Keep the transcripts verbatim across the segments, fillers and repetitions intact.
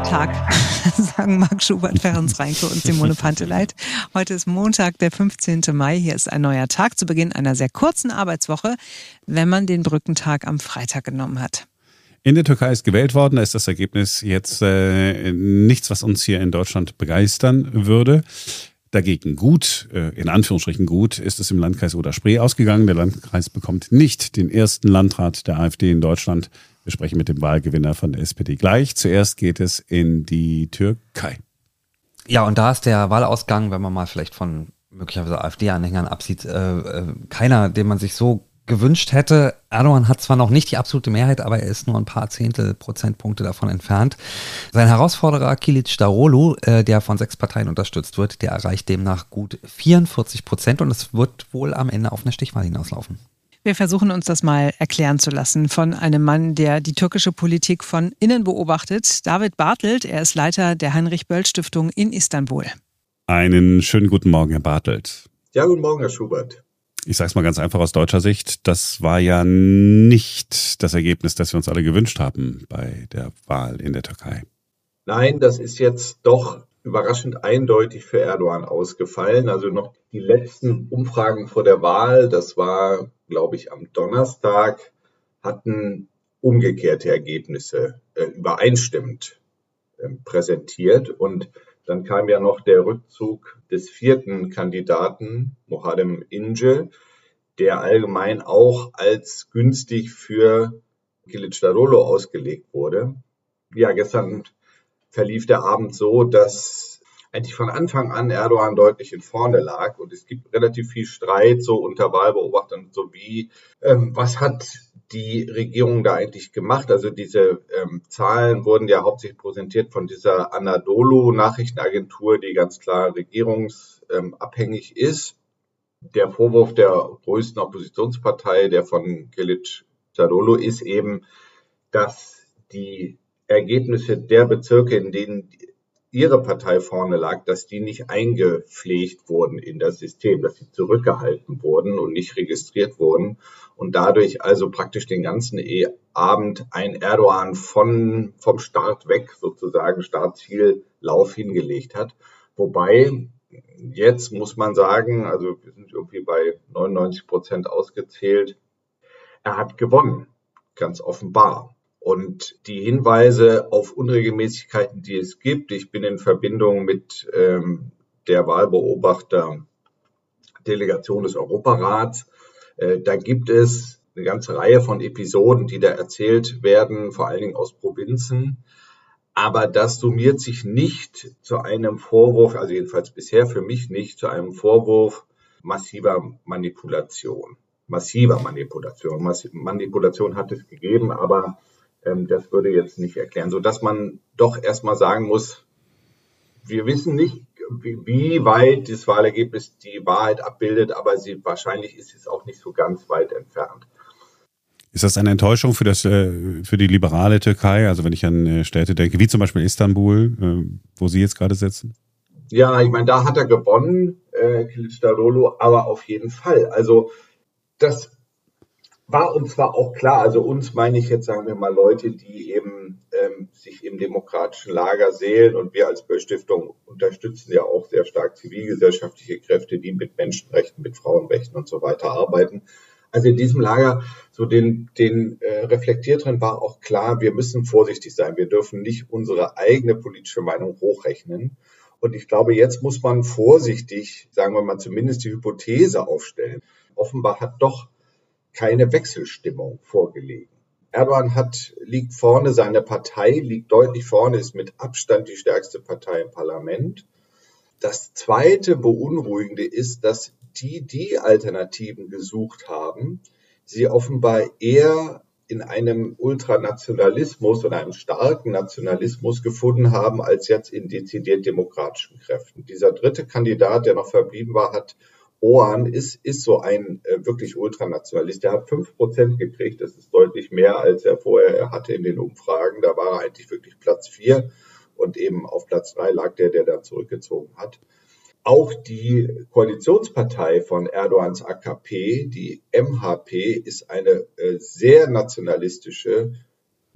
Tag, sagen Marc Schubert, Ferenc Reinke und Simone Panteleit. Heute ist Montag, der fünfzehnten Mai. Hier ist ein neuer Tag zu Beginn einer sehr kurzen Arbeitswoche, wenn man den Brückentag am Freitag genommen hat. In der Türkei ist gewählt worden. Da ist das Ergebnis jetzt äh, nichts, was uns hier in Deutschland begeistern würde. Dagegen gut, äh, in Anführungsstrichen gut, ist es im Landkreis Oder-Spree ausgegangen. Der Landkreis bekommt nicht den ersten Landrat der AfD in Deutschland. Wir sprechen mit dem Wahlgewinner von der S P D gleich. Zuerst geht es in die Türkei. Ja, und da ist der Wahlausgang, wenn man mal vielleicht von möglicherweise AfD-Anhängern absieht, äh, keiner, den man sich so gewünscht hätte. Erdogan hat zwar noch nicht die absolute Mehrheit, aber er ist nur ein paar Zehntel Prozentpunkte davon entfernt. Sein Herausforderer Kılıçdaroğlu, äh, der von sechs Parteien unterstützt wird, der erreicht demnach gut vierundvierzig Prozent und es wird wohl am Ende auf eine Stichwahl hinauslaufen. Wir versuchen uns das mal erklären zu lassen von einem Mann, der die türkische Politik von innen beobachtet. David Bartelt, er ist Leiter der Heinrich-Böll-Stiftung in Istanbul. Einen schönen guten Morgen, Herr Bartelt. Ja, guten Morgen, Herr Schubert. Ich sage es mal ganz einfach aus deutscher Sicht, das war ja nicht das Ergebnis, das wir uns alle gewünscht haben bei der Wahl in der Türkei. Nein, das ist jetzt doch überraschend eindeutig für Erdogan ausgefallen. Also noch die letzten Umfragen vor der Wahl, das war, glaube ich, am Donnerstag, hatten umgekehrte Ergebnisse äh, übereinstimmend äh, präsentiert. Und dann kam ja noch der Rückzug des vierten Kandidaten, Muharrem İnce, der allgemein auch als günstig für Kılıçdaroğlu ausgelegt wurde. Ja, gestern verlief der Abend so, dass eigentlich von Anfang an Erdogan deutlich in vorne lag. Und es gibt relativ viel Streit so unter Wahlbeobachtern, so wie, ähm, was hat die Regierung da eigentlich gemacht? Also diese ähm, Zahlen wurden ja hauptsächlich präsentiert von dieser Anadolu-Nachrichtenagentur, die ganz klar regierungsabhängig ähm, ist. Der Vorwurf der größten Oppositionspartei, der von Kılıçdaroğlu, ist eben, dass die Ergebnisse der Bezirke, in denen ihre Partei vorne lag, dass die nicht eingepflegt wurden in das System, dass sie zurückgehalten wurden und nicht registriert wurden und dadurch also praktisch den ganzen Abend ein Erdogan von, vom Start weg sozusagen, Startziellauf hingelegt hat. Wobei, jetzt muss man sagen, also wir sind irgendwie bei neunundneunzig Prozent ausgezählt, er hat gewonnen, ganz offenbar. Und die Hinweise auf Unregelmäßigkeiten, die es gibt, ich bin in Verbindung mit ähm, der Wahlbeobachter-Delegation des Europarats, äh, da gibt es eine ganze Reihe von Episoden, die da erzählt werden, vor allen Dingen aus Provinzen. Aber das summiert sich nicht zu einem Vorwurf, also jedenfalls bisher für mich nicht, zu einem Vorwurf massiver Manipulation. Massiver Manipulation. Massiv- Manipulation hat es gegeben, aber das würde jetzt nicht erklären, sodass man doch erstmal sagen muss, wir wissen nicht, wie weit das Wahlergebnis die Wahrheit abbildet, aber sie, wahrscheinlich ist es auch nicht so ganz weit entfernt. Ist das eine Enttäuschung für, das, für die liberale Türkei? Also wenn ich an Städte denke, wie zum Beispiel Istanbul, wo Sie jetzt gerade sitzen? Ja, ich meine, da hat er gewonnen, äh, Kılıçdaroğlu, aber auf jeden Fall. Also das war uns zwar auch klar, also uns meine ich jetzt, sagen wir mal, Leute, die eben ähm, sich im demokratischen Lager sehen, und wir als Böll-Stiftung unterstützen ja auch sehr stark zivilgesellschaftliche Kräfte, die mit Menschenrechten, mit Frauenrechten und so weiter arbeiten. Also in diesem Lager, so den, den äh, Reflektierteren war auch klar, wir müssen vorsichtig sein, wir dürfen nicht unsere eigene politische Meinung hochrechnen. Und ich glaube, jetzt muss man vorsichtig, sagen wir mal, zumindest die Hypothese aufstellen. Offenbar hat doch keine Wechselstimmung vorgelegen. Erdogan hat, liegt vorne, seine Partei liegt deutlich vorne, ist mit Abstand die stärkste Partei im Parlament. Das zweite Beunruhigende ist, dass die, die Alternativen gesucht haben, sie offenbar eher in einem Ultranationalismus oder einem starken Nationalismus gefunden haben, als jetzt in dezidiert demokratischen Kräften. Dieser dritte Kandidat, der noch verblieben war, hat Oğan ist, ist so ein äh, wirklich Ultranationalist. Der hat fünf Prozent gekriegt. Das ist deutlich mehr, als er vorher hatte in den Umfragen. Da war er eigentlich wirklich Platz vier und eben auf Platz drei lag der, der da zurückgezogen hat. Auch die Koalitionspartei von Erdogans A K P, die M H P, ist eine äh, sehr nationalistische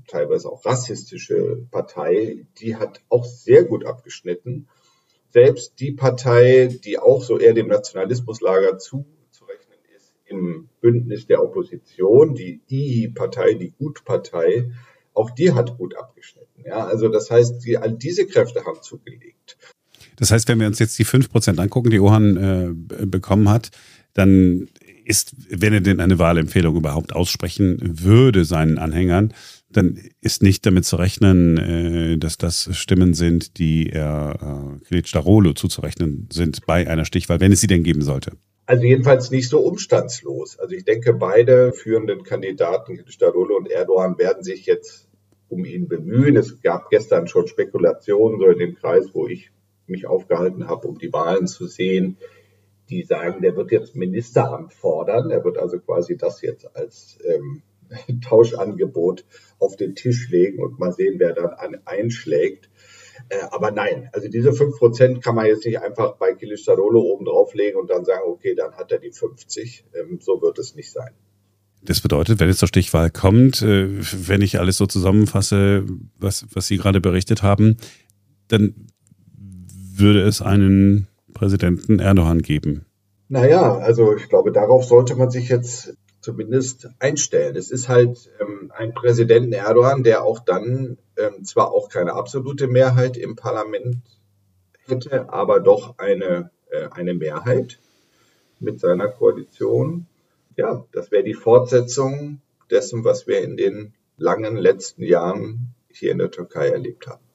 teilweise auch rassistische Partei, die hat auch sehr gut abgeschnitten. Selbst die Partei, die auch so eher dem Nationalismuslager zuzurechnen ist, im Bündnis der Opposition, die I-Partei, die Gut-Partei, auch die hat gut abgeschnitten. Ja, also das heißt, die, all diese Kräfte haben zugelegt. Das heißt, wenn wir uns jetzt die fünf Prozent angucken, die Orhan äh, bekommen hat, dann ist, wenn er denn eine Wahlempfehlung überhaupt aussprechen würde seinen Anhängern, dann ist nicht damit zu rechnen, äh, dass das Stimmen sind, die er äh, Kılıçdaroğlu zuzurechnen sind bei einer Stichwahl, wenn es sie denn geben sollte. Also jedenfalls nicht so umstandslos. Also ich denke, beide führenden Kandidaten, Kılıçdaroğlu und Erdoğan, werden sich jetzt um ihn bemühen. Es gab gestern schon Spekulationen, so in dem Kreis, wo ich mich aufgehalten habe, um die Wahlen zu sehen, die sagen, der wird jetzt Ministeramt fordern. Er wird also quasi das jetzt als ähm, Tauschangebot auf den Tisch legen und mal sehen, wer dann an, einschlägt. Äh, aber nein, also diese fünf Prozent kann man jetzt nicht einfach bei Kılıçdaroğlu oben drauflegen und dann sagen, okay, dann hat er die fünfzig. Ähm, so wird es nicht sein. Das bedeutet, wenn es zur Stichwahl kommt, äh, wenn ich alles so zusammenfasse, was, was Sie gerade berichtet haben, dann würde es einen Präsidenten Erdoğan geben. Naja, also ich glaube, darauf sollte man sich jetzt zumindest einstellen. Es ist halt ähm, ein Präsident Erdoğan, der auch dann ähm, zwar auch keine absolute Mehrheit im Parlament hätte, aber doch eine, äh, eine Mehrheit mit seiner Koalition. Ja, das wäre die Fortsetzung dessen, was wir in den langen letzten Jahren hier in der Türkei erlebt haben.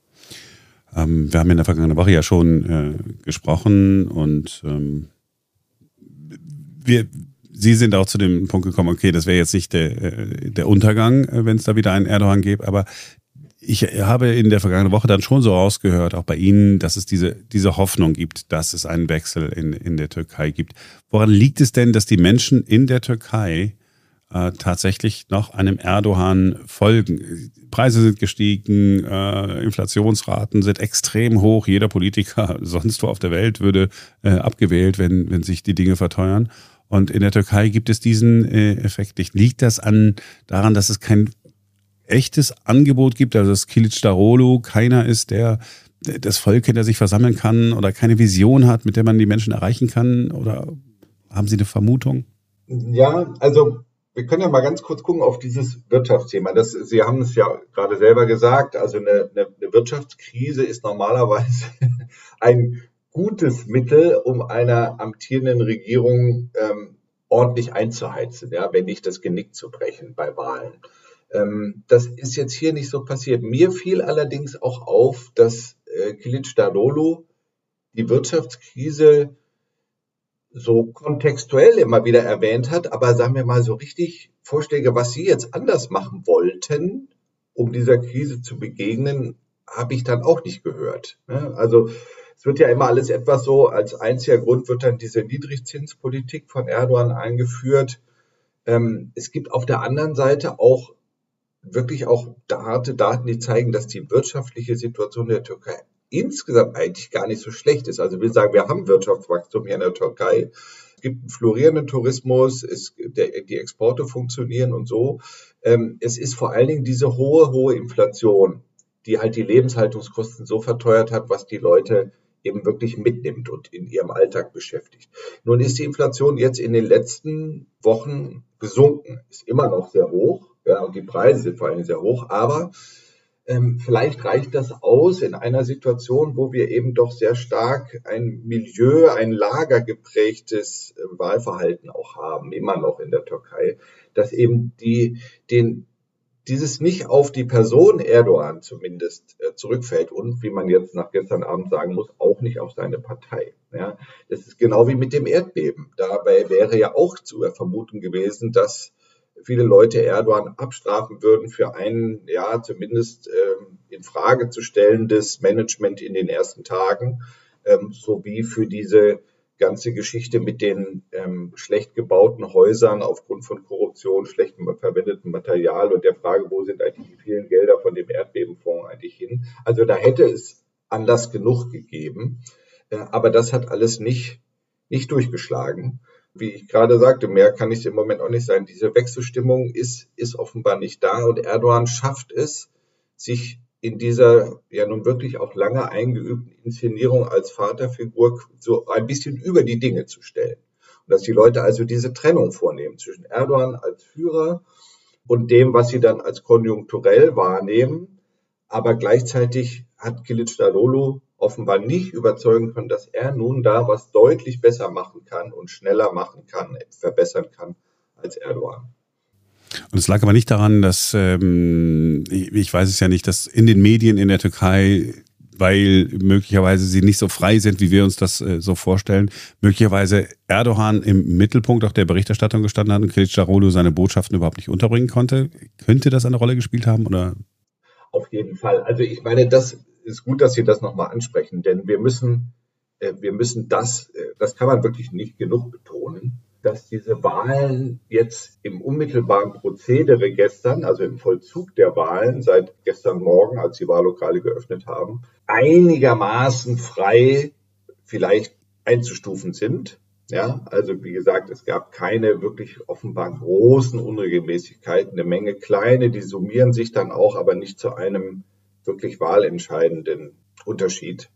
Ähm, wir haben in der vergangenen Woche ja schon äh, gesprochen und ähm, wir, Sie sind auch zu dem Punkt gekommen, okay, das wäre jetzt nicht der, der Untergang, wenn es da wieder einen Erdoğan gäbe, aber ich habe in der vergangenen Woche dann schon so rausgehört, auch bei Ihnen, dass es diese, diese Hoffnung gibt, dass es einen Wechsel in, in der Türkei gibt. Woran liegt es denn, dass die Menschen in der Türkei äh, tatsächlich noch einem Erdoğan folgen? Preise sind gestiegen, äh, Inflationsraten sind extrem hoch. Jeder Politiker sonst wo auf der Welt würde äh, abgewählt, wenn, wenn sich die Dinge verteuern. Und in der Türkei gibt es diesen äh, Effekt nicht. Liegt das an daran, dass es kein echtes Angebot gibt, also dass Kılıçdaroğlu keiner ist, der das Volk, hinter sich versammeln kann oder keine Vision hat, mit der man die Menschen erreichen kann? Oder haben Sie eine Vermutung? Ja, also wir können ja mal ganz kurz gucken auf dieses Wirtschaftsthema. Das, Sie haben es ja gerade selber gesagt, also eine, eine, eine Wirtschaftskrise ist normalerweise ein gutes Mittel, um einer amtierenden Regierung ähm, ordentlich einzuheizen, ja, wenn nicht das Genick zu brechen bei Wahlen. Ähm, das ist jetzt hier nicht so passiert. Mir fiel allerdings auch auf, dass äh, Kılıçdaroğlu die Wirtschaftskrise so kontextuell immer wieder erwähnt hat, aber sagen wir mal so richtig Vorschläge, was Sie jetzt anders machen wollten, um dieser Krise zu begegnen, habe ich dann auch nicht gehört. Ne? Also es wird ja immer alles etwas so, als einziger Grund wird dann diese Niedrigzinspolitik von Erdoğan eingeführt. Ähm, es gibt auf der anderen Seite auch wirklich auch harte Daten, die zeigen, dass die wirtschaftliche Situation der Türkei insgesamt eigentlich gar nicht so schlecht ist. Also wir sagen, wir haben Wirtschaftswachstum hier in der Türkei. Es gibt einen florierenden Tourismus, es, der, die Exporte funktionieren und so. Ähm, es ist vor allen Dingen diese hohe, hohe Inflation, die halt die Lebenshaltungskosten so verteuert hat, was die Leute eben wirklich mitnimmt und in ihrem Alltag beschäftigt. Nun ist die Inflation jetzt in den letzten Wochen gesunken, ist immer noch sehr hoch, ja, und die Preise sind vor allem sehr hoch, aber ähm, vielleicht reicht das aus in einer Situation, wo wir eben doch sehr stark ein Milieu, ein lagergeprägtes äh, Wahlverhalten auch haben, immer noch in der Türkei, dass eben die, den dieses nicht auf die Person Erdoğan zumindest äh, zurückfällt und, wie man jetzt nach gestern Abend sagen muss, auch nicht auf seine Partei. Ja, das ist genau wie mit dem Erdbeben. Dabei wäre ja auch zu vermuten gewesen, dass viele Leute Erdoğan abstrafen würden für ein, ja, zumindest ähm, in Frage zu stellendes Management in den ersten Tagen, ähm, sowie für diese ganze Geschichte mit den ähm, schlecht gebauten Häusern aufgrund von Korruption, schlechtem verwendetem Material und der Frage, wo sind eigentlich die vielen Gelder von dem Erdbebenfonds eigentlich hin. Also da hätte es Anlass genug gegeben, äh, aber das hat alles nicht, nicht durchgeschlagen. Wie ich gerade sagte, mehr kann es im Moment auch nicht sein. Diese Wechselstimmung ist, ist offenbar nicht da und Erdogan schafft es, sich in dieser ja nun wirklich auch lange eingeübten Inszenierung als Vaterfigur so ein bisschen über die Dinge zu stellen. Und dass die Leute also diese Trennung vornehmen zwischen Erdogan als Führer und dem, was sie dann als konjunkturell wahrnehmen. Aber gleichzeitig hat Kılıçdaroğlu offenbar nicht überzeugen können, dass er nun da was deutlich besser machen kann und schneller machen kann, verbessern kann als Erdogan. Und es lag aber nicht daran, dass, ähm, ich, ich weiß es ja nicht, dass in den Medien in der Türkei, weil möglicherweise sie nicht so frei sind, wie wir uns das äh, so vorstellen, möglicherweise Erdogan im Mittelpunkt auch der Berichterstattung gestanden hat und Kılıçdaroğlu seine Botschaften überhaupt nicht unterbringen konnte. Könnte das eine Rolle gespielt haben, oder? Auf jeden Fall. Also ich meine, das ist gut, dass Sie das nochmal ansprechen, denn wir müssen, äh, wir müssen das, äh, das kann man wirklich nicht genug betonen, dass diese Wahlen jetzt im unmittelbaren Prozedere gestern, also im Vollzug der Wahlen, seit gestern Morgen, als die Wahllokale geöffnet haben, einigermaßen frei vielleicht einzustufen sind. Ja, also wie gesagt, es gab keine wirklich offenbar großen Unregelmäßigkeiten, eine Menge kleine, die summieren sich dann auch, aber nicht zu einem wirklich wahlentscheidenden Unterschied.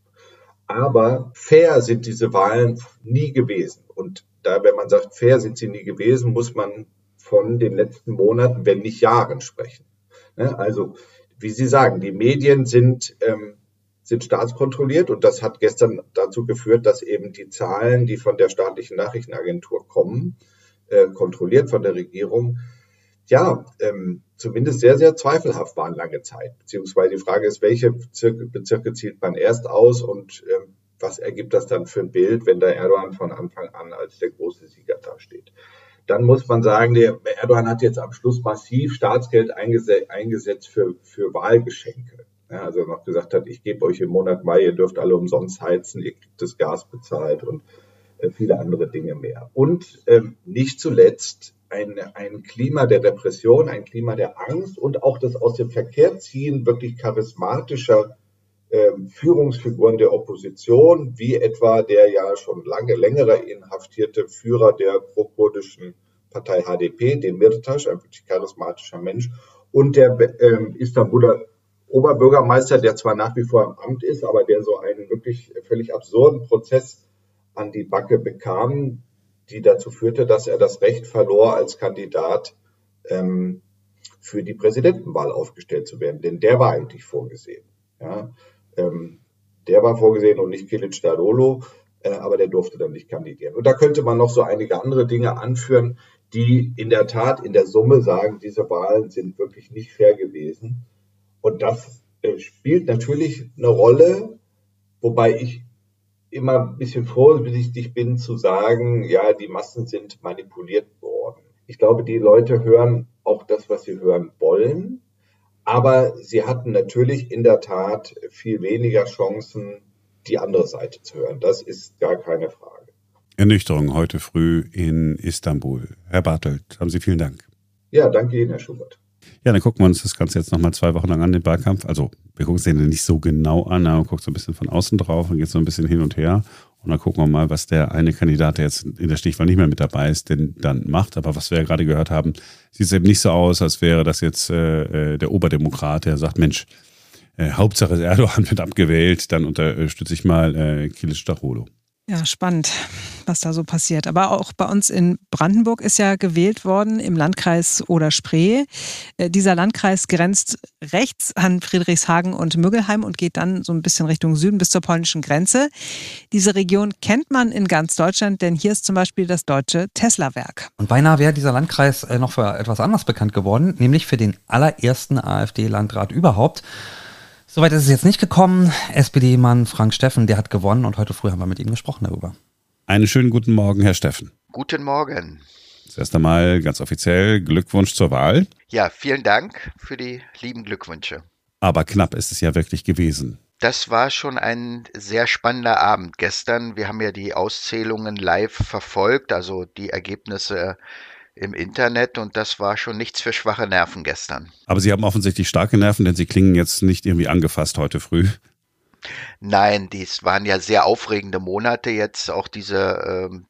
Aber fair sind diese Wahlen nie gewesen. Und da, wenn man sagt, fair sind sie nie gewesen, muss man von den letzten Monaten, wenn nicht Jahren sprechen. Also, wie Sie sagen, die Medien sind, ähm, sind staatskontrolliert und das hat gestern dazu geführt, dass eben die Zahlen, die von der staatlichen Nachrichtenagentur kommen, äh, kontrolliert von der Regierung, ja, ähm, zumindest sehr, sehr zweifelhaft waren lange Zeit. Beziehungsweise die Frage ist, welche Bezirke, Bezirke zielt man erst aus und ähm, was ergibt das dann für ein Bild, wenn der Erdogan von Anfang an als der große Sieger dasteht? Dann muss man sagen, der Erdogan hat jetzt am Schluss massiv Staatsgeld eingesetzt, eingesetzt für, für Wahlgeschenke. Ja, also noch gesagt hat, ich gebe euch im Monat Mai, ihr dürft alle umsonst heizen, ihr kriegt das Gas bezahlt und äh, viele andere Dinge mehr. Und ähm, nicht zuletzt ein, ein Klima der Repression, ein Klima der Angst und auch das aus dem Verkehr ziehen wirklich charismatischer Ähm, Führungsfiguren der Opposition, wie etwa der ja schon lange längere inhaftierte Führer der pro-kurdischen Partei H D P, Demirtas, ein wirklich charismatischer Mensch, und der ähm, Istanbuler Oberbürgermeister, der zwar nach wie vor im Amt ist, aber der so einen wirklich völlig absurden Prozess an die Backe bekam, die dazu führte, dass er das Recht verlor, als Kandidat ähm, für die Präsidentenwahl aufgestellt zu werden, denn der war eigentlich vorgesehen. Ja. Ähm, der war vorgesehen und nicht Kılıçdaroğlu, äh, aber der durfte dann nicht kandidieren. Und da könnte man noch so einige andere Dinge anführen, die in der Tat in der Summe sagen, diese Wahlen sind wirklich nicht fair gewesen. Und das äh, spielt natürlich eine Rolle, wobei ich immer ein bisschen vorsichtig bin zu sagen, ja, die Massen sind manipuliert worden. Ich glaube, die Leute hören auch das, was sie hören wollen. Aber sie hatten natürlich in der Tat viel weniger Chancen, die andere Seite zu hören. Das ist gar keine Frage. Ernüchterung heute früh in Istanbul. Herr Bartelt, haben Sie vielen Dank. Ja, danke Ihnen, Herr Schubert. Ja, dann gucken wir uns das Ganze jetzt nochmal zwei Wochen lang an, den Wahlkampf. Also wir gucken es den nicht so genau an, aber man guckt so ein bisschen von außen drauf und geht so ein bisschen hin und her. Und dann gucken wir mal, was der eine Kandidat, der jetzt in der Stichwahl nicht mehr mit dabei ist, denn dann macht. Aber was wir ja gerade gehört haben, sieht es eben nicht so aus, als wäre das jetzt äh, der Oberdemokrat, der sagt, Mensch, äh, Hauptsache Erdogan wird abgewählt, dann unterstütze ich mal äh, Kılıçdaroğlu. Ja, spannend, was da so passiert. Aber auch bei uns in Brandenburg ist ja gewählt worden im Landkreis Oder-Spree. Äh, dieser Landkreis grenzt rechts an Friedrichshagen und Müggelheim und geht dann so ein bisschen Richtung Süden bis zur polnischen Grenze. Diese Region kennt man in ganz Deutschland, denn hier ist zum Beispiel das deutsche Tesla-Werk. Und beinahe wäre dieser Landkreis äh, noch für etwas anderes bekannt geworden, nämlich für den allerersten AfD-Landrat überhaupt. Soweit ist es jetzt nicht gekommen. S P D-Mann Frank Steffen, der hat gewonnen und heute früh haben wir mit ihm gesprochen darüber. Einen schönen guten Morgen, Herr Steffen. Guten Morgen. Zuerst einmal ganz offiziell Glückwunsch zur Wahl. Ja, vielen Dank für die lieben Glückwünsche. Aber knapp ist es ja wirklich gewesen. Das war schon ein sehr spannender Abend gestern. Wir haben ja die Auszählungen live verfolgt, also die Ergebnisse im Internet, und das war schon nichts für schwache Nerven gestern. Aber Sie haben offensichtlich starke Nerven, denn Sie klingen jetzt nicht irgendwie angefasst heute früh. Nein, dies waren ja sehr aufregende Monate jetzt, auch diese äh,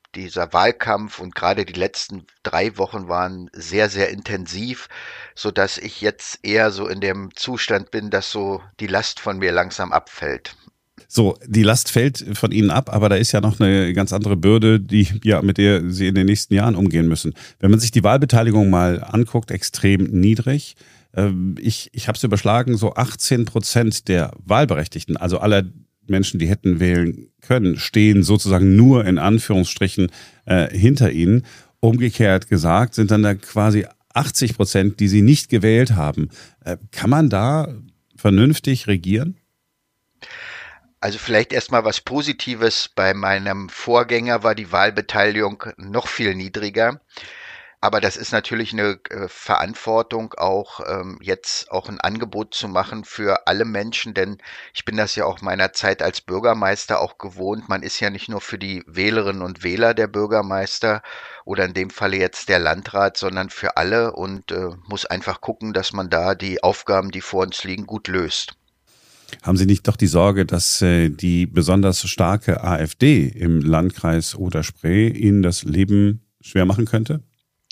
dieser Wahlkampf und gerade die letzten drei Wochen waren sehr, sehr intensiv, so dass ich jetzt eher so in dem Zustand bin, dass so die Last von mir langsam abfällt. So, die Last fällt von Ihnen ab, aber da ist ja noch eine ganz andere Bürde, die, ja, mit der Sie in den nächsten Jahren umgehen müssen. Wenn man sich die Wahlbeteiligung mal anguckt, extrem niedrig. Ich, ich habe es überschlagen, so achtzehn Prozent der Wahlberechtigten, also aller Menschen, die hätten wählen können, stehen sozusagen nur in Anführungsstrichen äh, hinter ihnen. Umgekehrt gesagt sind dann da quasi achtzig Prozent, die sie nicht gewählt haben. Äh, kann man da vernünftig regieren? Also vielleicht erstmal was Positives. Bei meinem Vorgänger war die Wahlbeteiligung noch viel niedriger. Aber das ist natürlich eine äh, Verantwortung, auch ähm, jetzt auch ein Angebot zu machen für alle Menschen, denn ich bin das ja auch meiner Zeit als Bürgermeister auch gewohnt. Man ist ja nicht nur für die Wählerinnen und Wähler der Bürgermeister oder in dem Falle jetzt der Landrat, sondern für alle und äh, muss einfach gucken, dass man da die Aufgaben, die vor uns liegen, gut löst. Haben Sie nicht doch die Sorge, dass äh, die besonders starke AfD im Landkreis Oder-Spree Ihnen das Leben schwer machen könnte?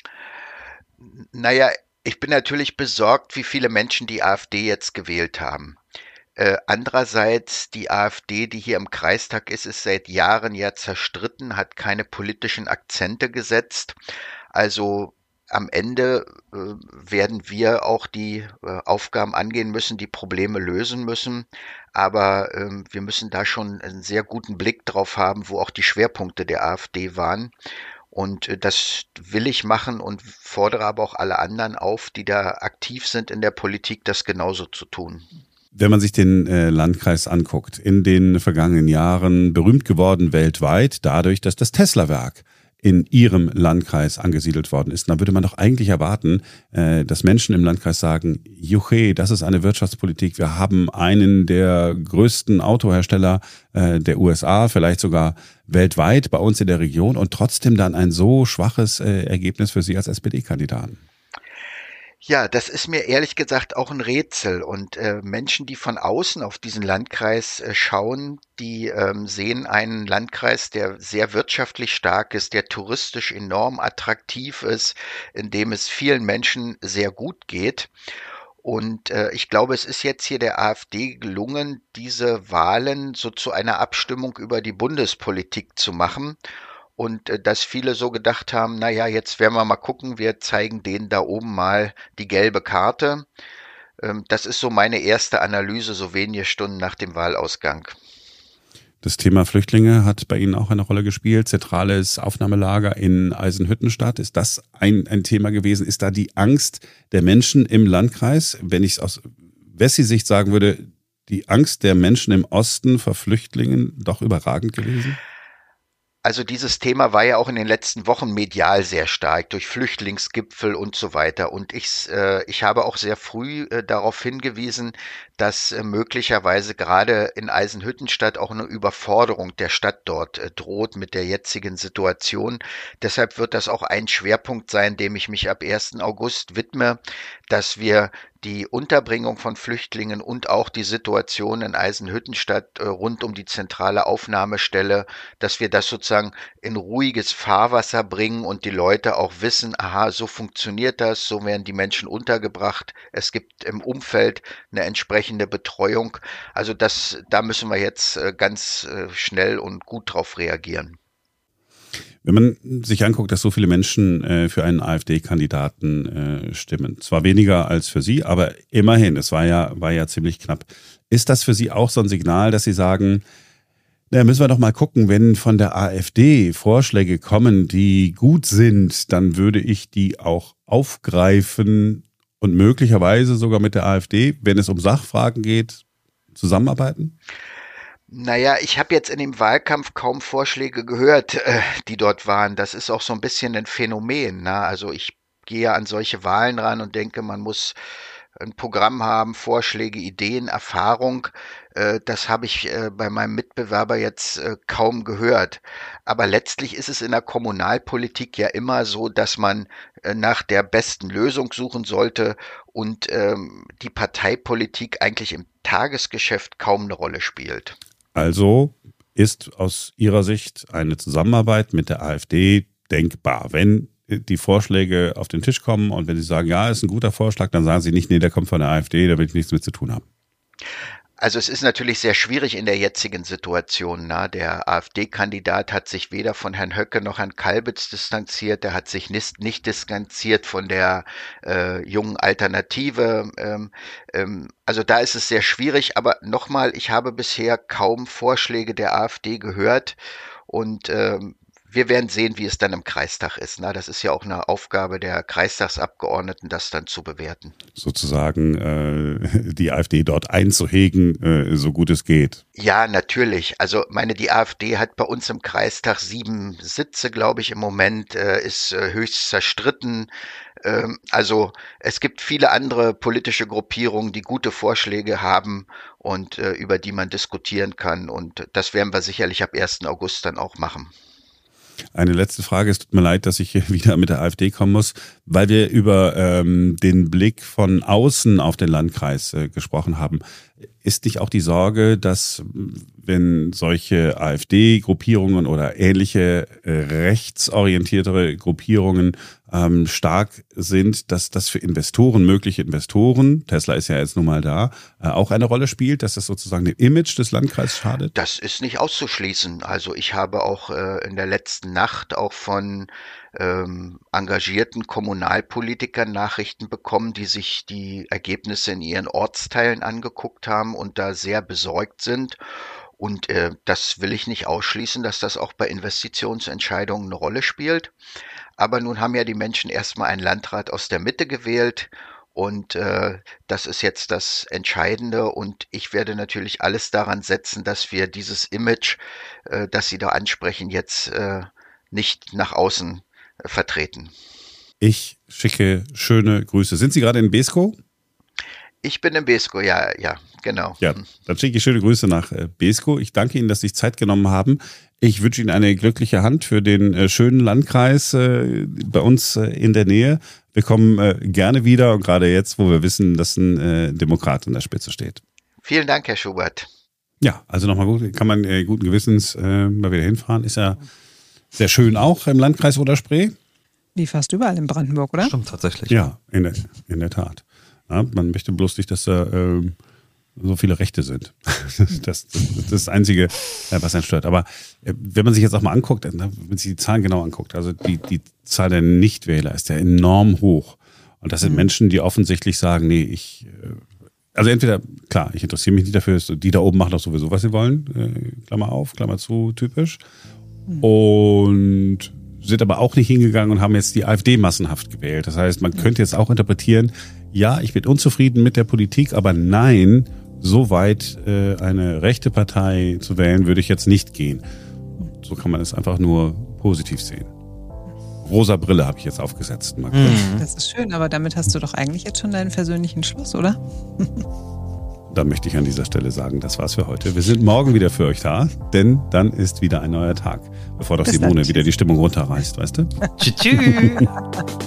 Naja, ich bin natürlich besorgt, wie viele Menschen die AfD jetzt gewählt haben. Äh, andererseits, die AfD, die hier im Kreistag ist, ist seit Jahren ja zerstritten, hat keine politischen Akzente gesetzt. Also am Ende äh, werden wir auch die äh, Aufgaben angehen müssen, die Probleme lösen müssen. Aber äh, wir müssen da schon einen sehr guten Blick drauf haben, wo auch die Schwerpunkte der AfD waren. Und das will ich machen und fordere aber auch alle anderen auf, die da aktiv sind in der Politik, das genauso zu tun. Wenn man sich den äh, Landkreis anguckt, in den vergangenen Jahren berühmt geworden weltweit dadurch, dass das Tesla-Werk in Ihrem Landkreis angesiedelt worden ist. Da würde man doch eigentlich erwarten, äh, dass Menschen im Landkreis sagen, juche, das ist eine Wirtschaftspolitik. Wir haben einen der größten Autohersteller äh, der U S A, vielleicht sogar weltweit bei uns in der Region und trotzdem dann ein so schwaches äh, Ergebnis für Sie als S P D-Kandidaten. Ja, das ist mir ehrlich gesagt auch ein Rätsel. Und äh, Menschen, die von außen auf diesen Landkreis äh, schauen, die ähm, sehen einen Landkreis, der sehr wirtschaftlich stark ist, der touristisch enorm attraktiv ist, in dem es vielen Menschen sehr gut geht. Und äh, ich glaube, es ist jetzt hier der AfD gelungen, diese Wahlen so zu einer Abstimmung über die Bundespolitik zu machen. Und äh, dass viele so gedacht haben, na ja, jetzt werden wir mal gucken, wir zeigen denen da oben mal die gelbe Karte. Ähm, das ist so meine erste Analyse, so wenige Stunden nach dem Wahlausgang. Das Thema Flüchtlinge hat bei Ihnen auch eine Rolle gespielt. Zentrales Aufnahmelager in Eisenhüttenstadt. Ist das ein, ein Thema gewesen? Ist da die Angst der Menschen im Landkreis, wenn ich es aus Wessi-Sicht sagen würde, die Angst der Menschen im Osten vor Flüchtlingen doch überragend gewesen? Also dieses Thema war ja auch in den letzten Wochen medial sehr stark durch Flüchtlingsgipfel und so weiter. Und ich, äh, ich habe auch sehr früh äh, darauf hingewiesen, dass äh, möglicherweise gerade in Eisenhüttenstadt auch eine Überforderung der Stadt dort äh, droht mit der jetzigen Situation. Deshalb wird das auch ein Schwerpunkt sein, dem ich mich ab ersten August widme, dass wir die Unterbringung von Flüchtlingen und auch die Situation in Eisenhüttenstadt äh, rund um die zentrale Aufnahmestelle, dass wir das sozusagen in ruhiges Fahrwasser bringen und die Leute auch wissen, aha, so funktioniert das, so werden die Menschen untergebracht. Es gibt im Umfeld eine entsprechende Betreuung. Also das, da müssen wir jetzt äh, ganz äh, schnell und gut drauf reagieren. Wenn man sich anguckt, dass so viele Menschen äh, für einen AfD-Kandidaten äh, stimmen, zwar weniger als für Sie, aber immerhin, es war ja, war ja ziemlich knapp. Ist das für Sie auch so ein Signal, dass Sie sagen, na, müssen wir doch mal gucken, wenn von der AfD Vorschläge kommen, die gut sind, dann würde ich die auch aufgreifen und möglicherweise sogar mit der AfD, wenn es um Sachfragen geht, zusammenarbeiten? Naja, ich habe jetzt in dem Wahlkampf kaum Vorschläge gehört, äh, die dort waren. Das ist auch so ein bisschen ein Phänomen. Ne? Also ich gehe an solche Wahlen ran und denke, man muss ein Programm haben, Vorschläge, Ideen, Erfahrung. Äh, das habe ich äh, bei meinem Mitbewerber jetzt äh, kaum gehört. Aber letztlich ist es in der Kommunalpolitik ja immer so, dass man äh, nach der besten Lösung suchen sollte und ähm, die Parteipolitik eigentlich im Tagesgeschäft kaum eine Rolle spielt. Also ist aus Ihrer Sicht eine Zusammenarbeit mit der AfD denkbar? Wenn die Vorschläge auf den Tisch kommen und wenn Sie sagen, ja, ist ein guter Vorschlag, dann sagen Sie nicht, nee, der kommt von der AfD, da will ich nichts mit zu tun haben. Also es ist natürlich sehr schwierig in der jetzigen Situation. Na? Der AfD-Kandidat hat sich weder von Herrn Höcke noch Herrn Kalbitz distanziert. Er hat sich nicht, nicht distanziert von der äh, jungen Alternative. Ähm, ähm, also da ist es sehr schwierig. Aber nochmal, ich habe bisher kaum Vorschläge der AfD gehört. Und ähm, wir werden sehen, wie es dann im Kreistag ist. Na, das ist ja auch eine Aufgabe der Kreistagsabgeordneten, das dann zu bewerten. Sozusagen äh, die AfD dort einzuhegen, äh, so gut es geht. Ja, natürlich. Also meine, die AfD hat bei uns im Kreistag sieben Sitze, glaube ich, im Moment, äh, ist äh, höchst zerstritten. Ähm, also es gibt viele andere politische Gruppierungen, die gute Vorschläge haben und äh, über die man diskutieren kann. Und das werden wir sicherlich ab ersten August dann auch machen. Eine letzte Frage, es tut mir leid, dass ich hier wieder mit der AfD kommen muss, weil wir über ähm, den Blick von außen auf den Landkreis äh, gesprochen haben. Ist nicht auch die Sorge, dass wenn solche AfD-Gruppierungen oder ähnliche äh, rechtsorientiertere Gruppierungen ähm, stark sind, dass das für Investoren, mögliche Investoren, Tesla ist ja jetzt nun mal da, äh, auch eine Rolle spielt, dass das sozusagen dem Image des Landkreises schadet? Das ist nicht auszuschließen. Also ich habe auch äh, in der letzten Nacht auch von ähm, engagierten Kommunalpolitikern Nachrichten bekommen, die sich die Ergebnisse in ihren Ortsteilen angeguckt haben und da sehr besorgt sind. Und äh, das will ich nicht ausschließen, dass das auch bei Investitionsentscheidungen eine Rolle spielt. Aber nun haben ja die Menschen erstmal einen Landrat aus der Mitte gewählt und äh, das ist jetzt das Entscheidende und ich werde natürlich alles daran setzen, dass wir dieses Image, äh, das Sie da ansprechen, jetzt äh, nicht nach außen äh, vertreten. Ich schicke schöne Grüße. Sind Sie gerade in Beeskow? Ich bin in Beeskow, ja, ja, genau. Ja, dann schicke ich schöne Grüße nach äh, Beeskow. Ich danke Ihnen, dass Sie sich Zeit genommen haben. Ich wünsche Ihnen eine glückliche Hand für den äh, schönen Landkreis äh, bei uns äh, in der Nähe. Wir kommen äh, gerne wieder und gerade jetzt, wo wir wissen, dass ein äh, Demokrat an der Spitze steht. Vielen Dank, Herr Schubert. Ja, also nochmal gut, kann man äh, guten Gewissens äh, mal wieder hinfahren. Ist ja sehr schön auch im Landkreis Oder-Spree. Wie fast überall in Brandenburg, oder? Stimmt, tatsächlich. Ja, in der, in der Tat. Ja, man möchte bloß nicht, dass da äh, so viele Rechte sind. Das, das, das ist das Einzige, was einen stört. Aber wenn man sich jetzt auch mal anguckt, wenn man sich die Zahlen genau anguckt, also die, die Zahl der Nichtwähler ist ja enorm hoch. Und das sind mhm. Menschen, die offensichtlich sagen, nee, ich, also entweder, klar, ich interessiere mich nicht dafür, die da oben machen doch sowieso, was sie wollen, Klammer auf, Klammer zu, typisch. Mhm. Und sind aber auch nicht hingegangen und haben jetzt die AfD massenhaft gewählt. Das heißt, man könnte jetzt auch interpretieren, ja, ich bin unzufrieden mit der Politik, aber nein, so weit äh, eine rechte Partei zu wählen, würde ich jetzt nicht gehen. So kann man es einfach nur positiv sehen. Rosa Brille habe ich jetzt aufgesetzt. Mal mhm. Das ist schön, aber damit hast du doch eigentlich jetzt schon deinen persönlichen Schluss, oder? Dann möchte ich an dieser Stelle sagen, das war's für heute. Wir sind morgen wieder für euch da, denn dann ist wieder ein neuer Tag. Bevor doch Simone wieder die Stimmung runterreißt, weißt du? Tschüss.